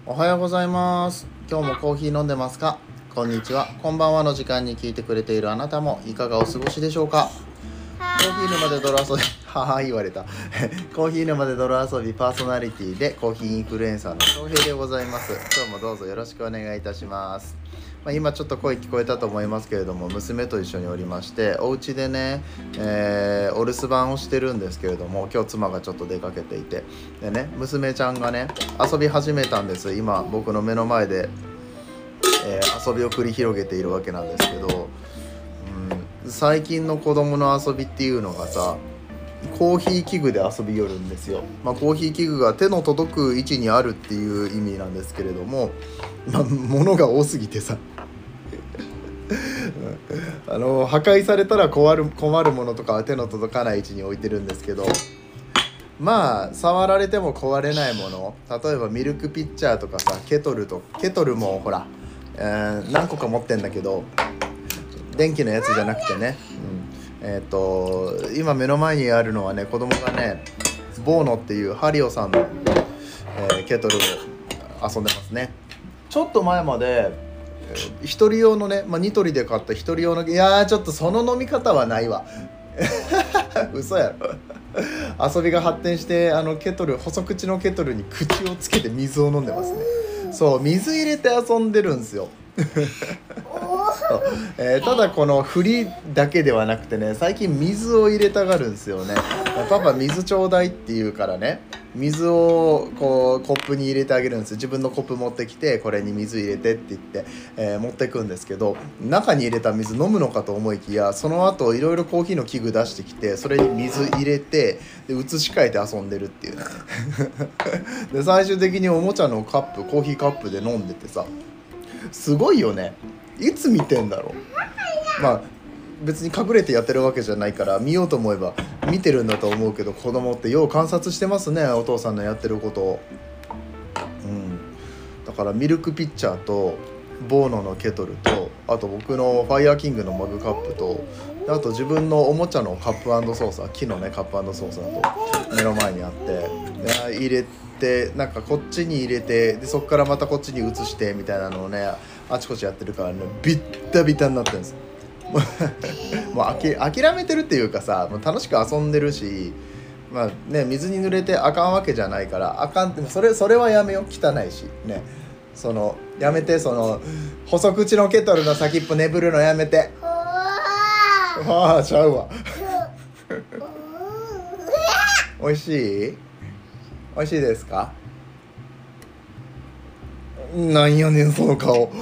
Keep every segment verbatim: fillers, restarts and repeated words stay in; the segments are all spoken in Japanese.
おはようございます。今日もコーヒー飲んでますか？こんにちは、こんばんはの時間に聞いてくれているあなたもいかがお過ごしでしょうか？コーヒー沼で泥遊びはは言われたコーヒー沼で泥遊びパーソナリティでコーヒーインフルエンサーの翔平でございます。今日もどうぞよろしくお願いいたします。まあ、今ちょっと声聞こえたと思いますけれども、娘と一緒におりまして、お家でね、えー、お留守番をしてるんですけれども、今日妻がちょっと出かけていて、でね、娘ちゃんがね遊び始めたんです。今僕の目の前で、えー、遊びを繰り広げているわけなんですけど、うん、最近の子供の遊びっていうのがさ、コーヒー器具で遊びよるんですよ。まあ、コーヒー器具が手の届く位置にあるっていう意味なんですけれども、まあ、物が多すぎてさあの破壊されたら困る困るものとかは手の届かない位置に置いてるんですけど、まあ触られても壊れないもの、例えばミルクピッチャーとかさ、ケトルとケトルもほら、えー、何個か持ってんだけど、電気のやつじゃなくてね、うん、えっ、ー、と今目の前にあるのはね、子供がねボーノっていうハリオさんの、えー、ケトルを遊んでますね。ちょっと前まで一人用のね、まあ、ニトリで買った一人用の、いやーちょっとその飲み方はないわ嘘やろ遊びが発展して、あのケトル、細口のケトルに口をつけて水を飲んでますね。そう、水入れて遊んでるんですよえー、ただこの振りだけではなくてね、最近水を入れたがるんですよね。パパ水ちょうだいって言うからね、水をこうコップに入れてあげるんです。自分のコップ持ってきて、これに水入れてって言って、えー、持ってくんですけど、中に入れた水飲むのかと思いきや、その後いろいろコーヒーの器具出してきて、それに水入れて、で移し替えて遊んでるっていうねで最終的におもちゃのカップ、コーヒーカップで飲んでてさ、すごいよね。いつ見てんだろう。まあ別に隠れてやってるわけじゃないから、見ようと思えば見てるんだと思うけど、子供ってよう観察してますね、お父さんのやってることを。うん、だからミルクピッチャーとボーノのケトルと、あと僕のファイヤーキングのマグカップと、あと自分のおもちゃのカップ&ソーサー、木のねカップ&ソーサーと目の前にあって、入れて、なんかこっちに入れて、でそっからまたこっちに移してみたいなのをね、あちこちやってるからね、ビッタビタになってるんですもうあき諦めてるっていうかさ、もう楽しく遊んでるし、まあね、水に濡れてあかんわけじゃないから、あかんって、それそれはやめよう、汚いしね。そのやめて、その細口のケトルの先っぽ眠るのやめて。ああちゃうわおいしい？おいしいですか？なんやねんその顔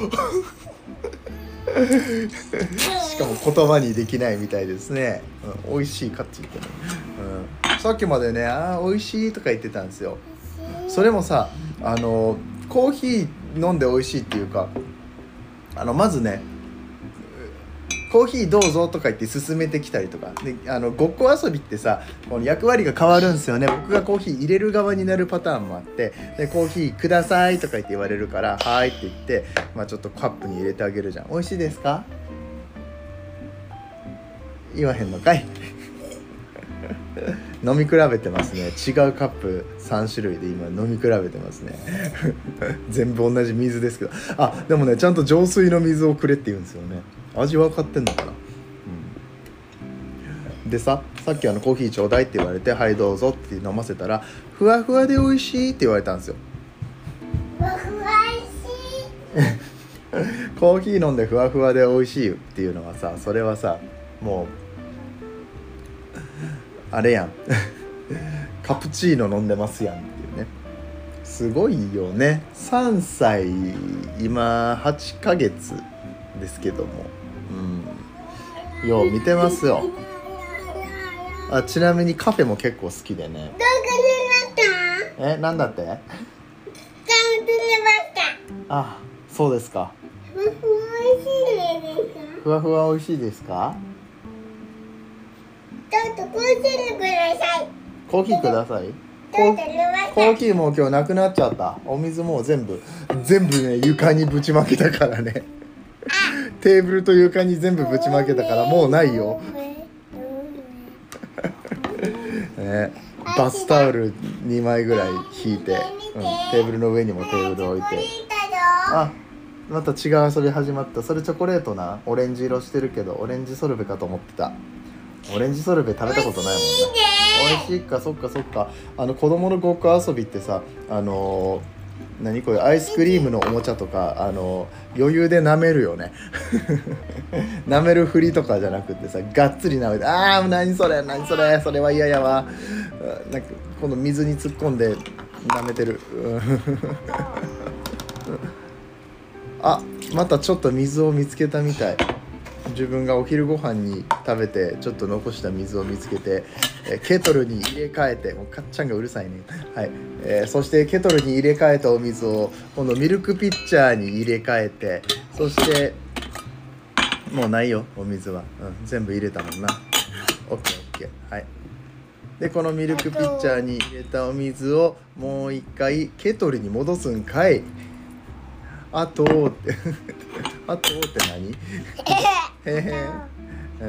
しかも言葉にできないみたいですね、うん、美味しいかって言ってね、うん、さっきまでね、あー美味しいとか言ってたんですよ。それもさ、あのコーヒー飲んで美味しいっていうか、あのまずね、コーヒーどうぞとか言って勧めてきたりとかで、あのごっこ遊びってさ、この役割が変わるんですよね。僕がコーヒー入れる側になるパターンもあって、でコーヒーくださいとか言って言われるから、はーいって言って、まあ、ちょっとカップに入れてあげるじゃん。美味しいですか？言わへんのかい飲み比べてますね。違うカップさん種類で今飲み比べてますね全部同じ水ですけど、あ、でもね、ちゃんと浄水の水をくれって言うんですよね。味分かってんのかな、うん、でさ、さっきあのコーヒーちょうだいって言われて、はいどうぞって飲ませたら、ふわふわで美味しいって言われたんですよ。 ふわふわ美味しいコーヒー飲んでふわふわで美味しいっていうのはさ、それはさ、もうあれやんカプチーノ飲んでますやんっていうね。すごいよね。さんさい、今はちかげつですけども、うん、よう見てますよ。あ、ちなみにカフェも結構好きでね。 どうかになった？ え、なんだって？ カウントしました。 あ、そうですか。 ふわふわ美味しいですか？ ふわふわ美味しいですか？ ちょっとコーヒーください。 コーヒーください。 ちょっと飲ませコーヒーもう今日なくなっちゃった。お水もう全部全部ね床にぶちまけたからねテーブルと床に全部ぶちまけたからもうないよね。 バスタオルにまいぐらい引いて、うん、テーブルの上にもテーブル置いて、あ、また違う遊び始まった。それチョコレートな、オレンジ色してるけどオレンジソルベかと思ってた。オレンジソルベ食べたことないもんね。おいしいか、そっかそっか。あの子供のごっこ遊びってさ、あのー、何これアイスクリームのおもちゃとか、あのー、余裕で舐めるよね舐めるふりとかじゃなくてさ、がっつり舐めて、あー何それ何それ、それは嫌やわ。なんかこの水に突っ込んで舐めてるあ、またちょっと水を見つけたみたい。自分がお昼ご飯に食べてちょっと残した水を見つけて、えケトルに入れ替えて、もうかっちゃんがうるさいね、はい、えー、そしてケトルに入れ替えたお水を今度ミルクピッチャーに入れ替えて、そしてもうないよお水は、うん、全部入れたもんな。 オーケーオーケー、 はい。でこのミルクピッチャーに入れたお水をもう一回ケトルに戻すんかい。あとってあとって何へへ、うん、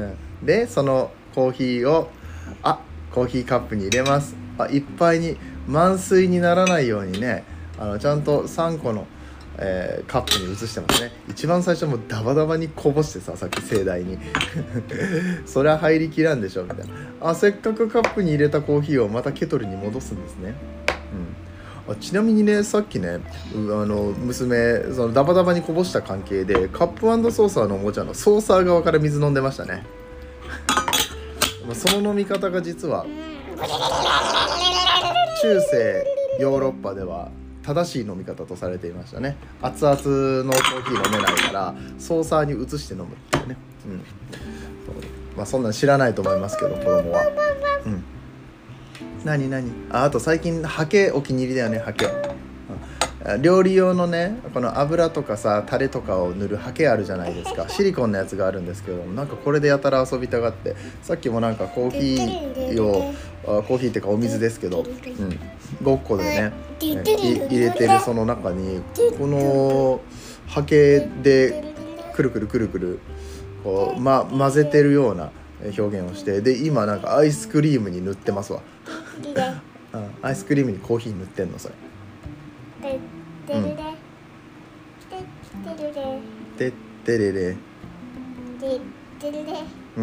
でそのコーヒーをあコーヒーカップに入れます。あ、いっぱいに満水にならないようにね、あのちゃんとさんこの、えー、カップに移してますね。一番最初もダバダバにこぼしてさ、さっき盛大にそりゃ入りきらんでしょみたいな。あ、せっかくカップに入れたコーヒーをまたケトルに戻すんですね。うん、あちなみにね、さっきね、あの娘そのダバダバにこぼした関係でカップ&ソーサーのおもちゃのソーサー側から水飲んでましたねその飲み方が実は中世ヨーロッパでは正しい飲み方とされていましたね。熱々のコーヒー飲めないからソーサーに移して飲むっていうね、うん、まあそんなん知らないと思いますけど子供は、うん、何何 あ, あと最近ハケお気に入りだよね。ハケ、うん、料理用のねこの油とかさタレとかを塗るハケあるじゃないですか。シリコンのやつがあるんですけど、なんかこれでやたら遊びたがって、さっきもなんかコーヒーをコーヒーっていうかお水ですけど、うん、ごっこでね入れてるその中にこのハケでくるくるくるくるこう、ま、混ぜてるような表現をして、で今なんかアイスクリームに塗ってますわうん、アイスクリームにコーヒー塗ってんのそれ。うん、てってれれうん、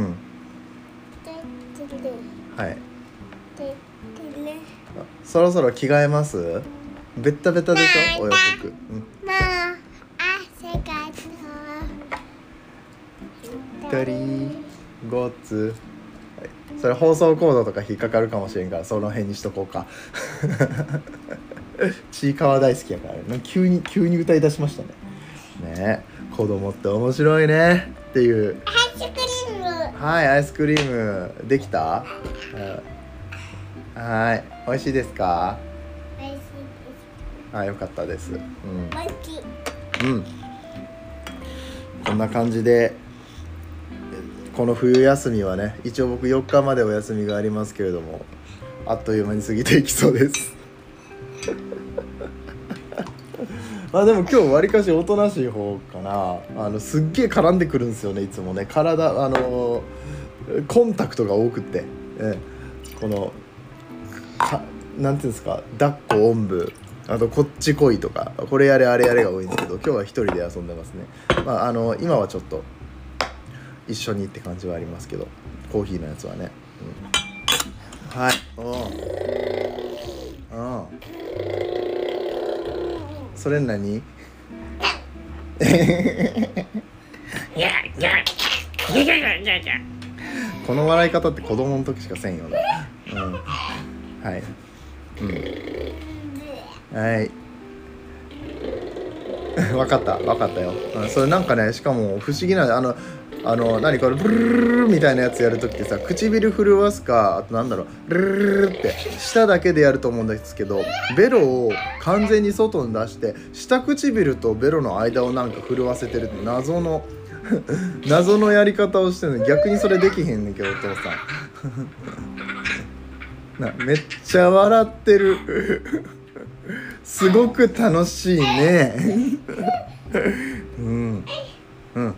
はい。そろそろ着替えます？ベッタベタでしょお洋服、うん、 もう汗がとりごつ、はい、それ放送コードとか引っかかるかもしれんからその辺にしとこうかちいかわ大好きやからね。急に急に歌い出しましたね。ねえ、子供って面白いねっていう。 アイスクリーム。 はい、アイスクリームできた？はい、美味しいですか？ 美味しいです。 あ、よかったです。うん。 美味しい。 うん。こんな感じでこの冬休みはね、一応僕よっかまでお休みがありますけれども、あっという間に過ぎていきそうですまあでも今日わりかしおとなしい方かな。あのすっげえ絡んでくるんですよね、いつもね。体あのコンタクトが多くって、えこのかなんていうんですか、抱っこおんぶ、あとこっち来いとかこれやれあれやれが多いんですけど、今日は一人で遊んでますね。まああの今はちょっと一緒にって感じはありますけど、コーヒーのやつはね、うん、はい、うんうん、それ何この笑い方って子供の時しかせんよね、うん、はい、うん、はい分かった分かったよ、うん、それなんかね、しかも不思議なあのあの何これブルルルみたいなやつやるときってさ、唇震わすか、あとなんだろうルルルルって舌だけでやると思うんですけど、ベロを完全に外に出して下唇とベロの間をなんか震わせてるって謎の謎のやり方をしてるの。逆にそれできへんねんけどお父さんな、めっちゃ笑ってるすごく楽しいねうんうん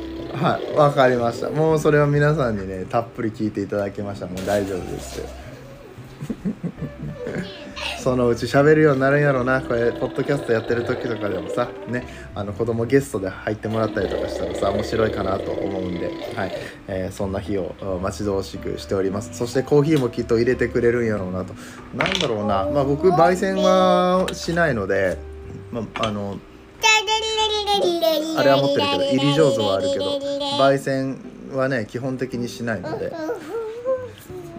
はい、わかりました。もうそれは皆さんにねたっぷり聞いていただきました。もう大丈夫です。 そのうち喋るようになるんやろな。これポッドキャストやってる時とかでもさね、あの子供ゲストで入ってもらったりとかしたらさ面白いかなと思うんで、はい、えー、そんな日を待ち遠しくしております。そしてコーヒーもきっと入れてくれるんやろうなと。なんだろうな、まあ僕焙煎はしないので、まああのあれは持ってるけど入り上手はあるけど焙煎はね基本的にしないので、うん、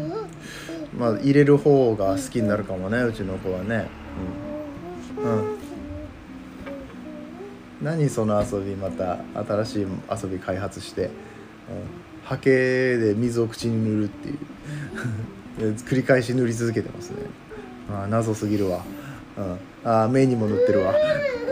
まあ入れる方が好きになるかもね、うちの子はね。うん、うん、何その遊び、また新しい遊び開発して、うん、ハケで水を口に塗るっていう繰り返し塗り続けてますね。あ、謎すぎるわ。うん、あ、目にも塗ってるわ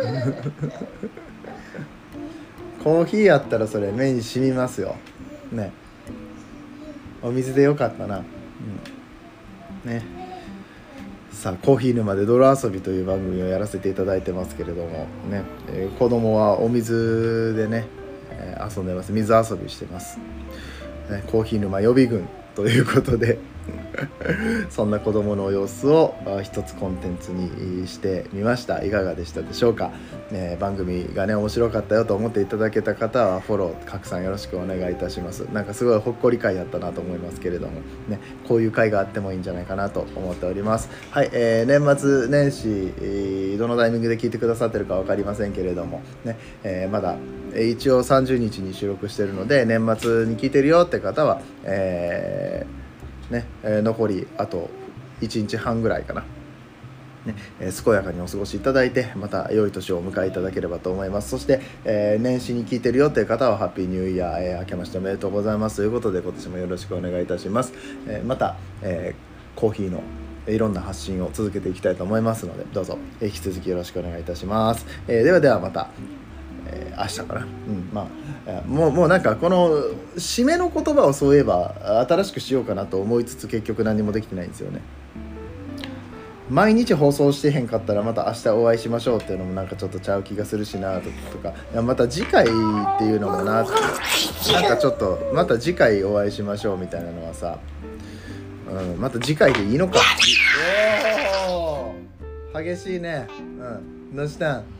コーヒーやったらそれ目に染みますよね。お水でよかったな、うん、ね。さあ、コーヒー沼で泥遊びという番組をやらせていただいてますけれどもね、えー、子供はお水でね、えー、遊んでます。水遊びしてます、ね、コーヒー沼予備軍ということでそんな子供の様子を一つコンテンツにしてみました。いかがでしたでしょうか、ね、番組がね面白かったよと思っていただけた方はフォロー拡散よろしくお願いいたします。なんかすごいほっこり回だったなと思いますけれどもね、こういう回があってもいいんじゃないかなと思っております。はい、えー、年末年始、えー、どのタイミングで聞いてくださってるか分かりませんけれどもね、えー、まだ一応さんじゅうにちに収録してるので、年末に聞いてるよって方は、えーねえー、残りあといちにちはんぐらいかな、ねえー、健やかにお過ごしいただいて、また良い年をお迎えいただければと思います。そして、えー、年始に聞いてるよという方はハッピーニューイヤー、えー、明けましておめでとうございますということで、今年もよろしくお願いいたします。えー、また、えー、コーヒーのいろんな発信を続けていきたいと思いますので、どうぞ引き続きよろしくお願いいたします。えー、ではではまたえー、明日かな、うん、まあもうもうなんかこの締めの言葉をそういえば新しくしようかなと思いつつ、結局何もできてないんですよね。毎日放送してへんかったらまた明日お会いしましょうっていうのもなんかちょっとちゃう気がするしなとか、いやまた次回っていうのもな、なんかちょっとまた次回お会いしましょうみたいなのはさ、うん、また次回でいいのか。おー激しいね。うん、どうしたん。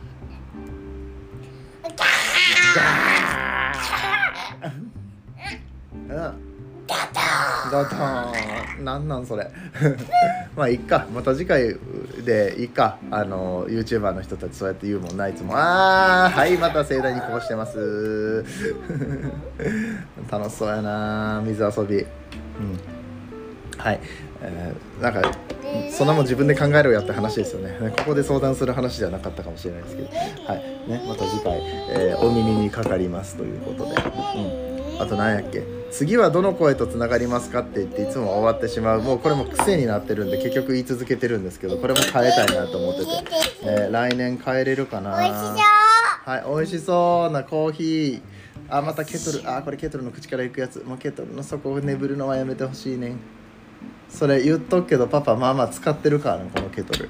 うん、ガターン、なんなんそれまあいっか、また次回でいっか。あの YouTuber の人たちそうやって言うもんな、いつも。あー、はい、また盛大にこうしてます楽しそうやな、水遊び。うん、はい、えー、なんかそんなもん自分で考えろよって話ですよね。ここで相談する話じゃなかったかもしれないですけど、はいね、また次回、えー、お耳にかかりますということで、うん、あと何やっけ、次はどの声とつながりますかって言っていつも終わってしまう、もうこれも癖になってるんで結局言い続けてるんですけど、これも変えたいなと思ってて、えー、来年変えれるかな。 美味しそう。 はい、美味しそうなコーヒー。あ、またケトル、あ、これケトルの口からいくやつ。もうケトルの底を眠るのはやめてほしいね。それ言っとくけどパパまあまあ使ってるからね、このケトル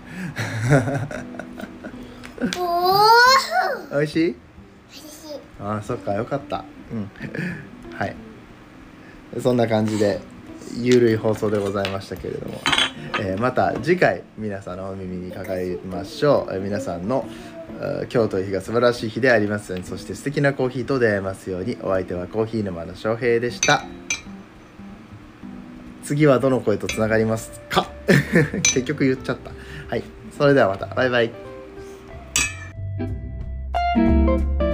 おおいしい？ おいしい。 あ、そっか、よかった。うんはい、そんな感じでゆるい放送でございましたけれども、えー、また次回皆さんのお耳にかかりましょう。えー、皆さんの今日という日が素晴らしい日でありますように、そして素敵なコーヒーと出会えますように。お相手はコーヒー沼の翔平でした。次はどの声とつながりますか結局言っちゃった。はい、それではまた、バイバイ。